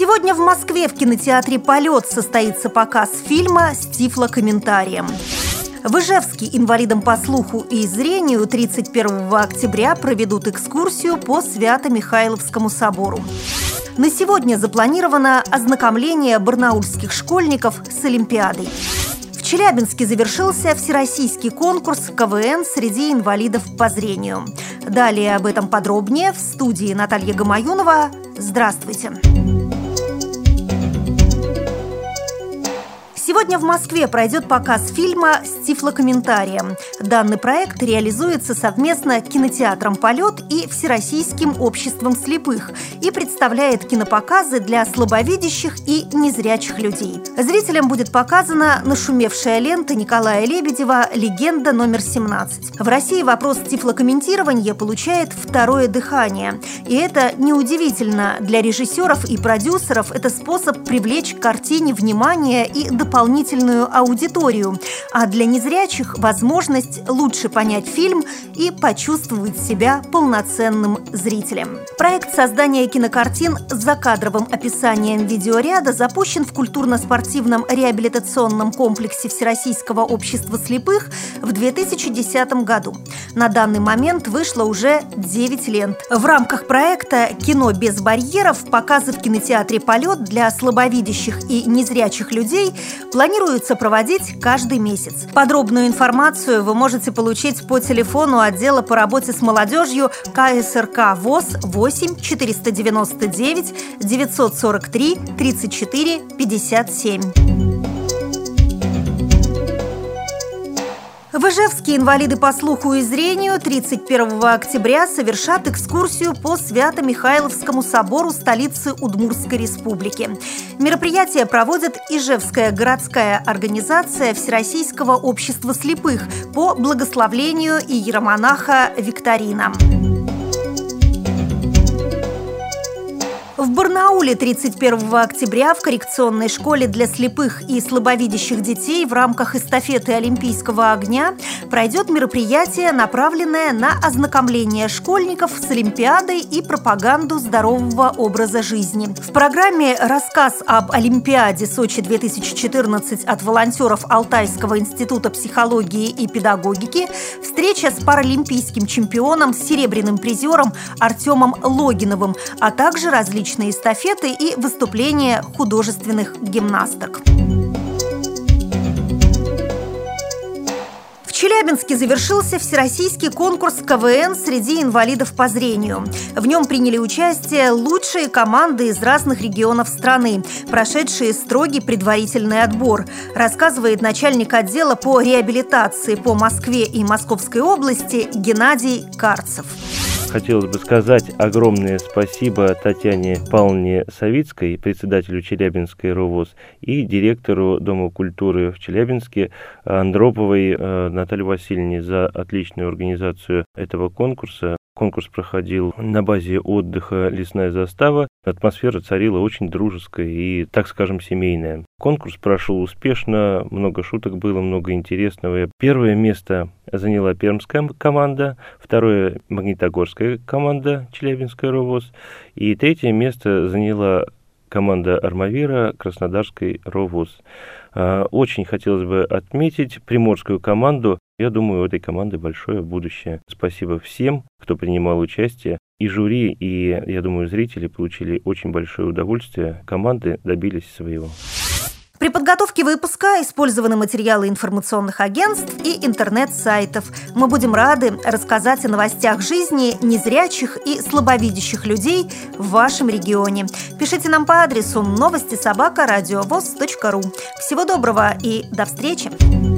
Сегодня в Москве в кинотеатре «Полет» состоится показ фильма с тифлокомментарием. В Ижевске инвалидам по слуху и зрению 31 октября проведут экскурсию по Свято-Михайловскому собору. На сегодня запланировано ознакомление барнаульских школьников с Олимпиадой. В Челябинске завершился всероссийский конкурс КВН среди инвалидов по зрению. Далее об этом подробнее в студии Наталья Гамаюнова. Здравствуйте! Сегодня в Москве пройдет показ фильма с тифлокомментарием. Данный проект реализуется совместно кинотеатром «Полет» и Всероссийским обществом слепых и представляет кинопоказы для слабовидящих и незрячих людей. Зрителям будет показана нашумевшая лента Николая Лебедева «Легенда номер 17». В России вопрос тифлокомментирования получает второе дыхание. И это неудивительно. Для режиссеров и продюсеров это способ привлечь к картине внимание и дополнительную аудиторию, а для незрячих – возможность лучше понять фильм и почувствовать себя полноценным зрителем. Проект создания кинокартин с закадровым описанием видеоряда запущен в культурно-спортивном реабилитационном комплексе Всероссийского общества слепых в 2010 году. На данный момент вышло уже 9 лент. В рамках проекта «Кино без барьеров» показы в кинотеатре «Полет» для слабовидящих и незрячих людей планируется проводить каждый месяц. Подробную информацию вы можете получить по телефону отдела по работе с молодежью КСРК ВОС 8 499 943 34 57. В Ижевске инвалиды по слуху и зрению 31 октября совершат экскурсию по Свято-Михайловскому собору столицы Удмуртской республики. Мероприятие проводит Ижевская городская организация Всероссийского общества слепых по благословлению иеромонаха Викторина. В Барнауле 31 октября в коррекционной школе для слепых и слабовидящих детей в рамках эстафеты Олимпийского огня пройдет мероприятие, направленное на ознакомление школьников с Олимпиадой и пропаганду здорового образа жизни. В программе рассказ об Олимпиаде Сочи-2014 от волонтеров Алтайского института психологии и педагогики, встреча с паралимпийским чемпионом, серебряным призером Артемом Логиновым, а также различные эстафеты и выступления художественных гимнасток. В Челябинске завершился всероссийский конкурс КВН среди инвалидов по зрению. В нем приняли участие лучшие команды из разных регионов страны, прошедшие строгий предварительный отбор, рассказывает начальник отдела по реабилитации по Москве и Московской области Геннадий Карцев. Хотелось бы сказать огромное спасибо Татьяне Павловне Савицкой, председателю Челябинской РОВОС, и директору Дома культуры в Челябинске Андроповой Наталье Васильевне за отличную организацию этого конкурса. Конкурс проходил на базе отдыха «Лесная застава». Атмосфера царила очень дружеская и, так скажем, семейная. Конкурс прошел успешно, много шуток было, много интересного. Первое место заняла пермская команда, второе – магнитогорская команда Челябинской РОВОС, и третье место заняла команда «Армавира» Краснодарской РОВОС. Очень хотелось бы отметить приморскую команду. Я думаю, у этой команды большое будущее. Спасибо всем, кто принимал участие. И жюри, и, я думаю, зрители получили очень большое удовольствие. Команды добились своего. При подготовке выпуска использованы материалы информационных агентств и интернет-сайтов. Мы будем рады рассказать о новостях жизни незрячих и слабовидящих людей в вашем регионе. Пишите нам по адресу новости@радиовос.ру. Всего доброго и до встречи!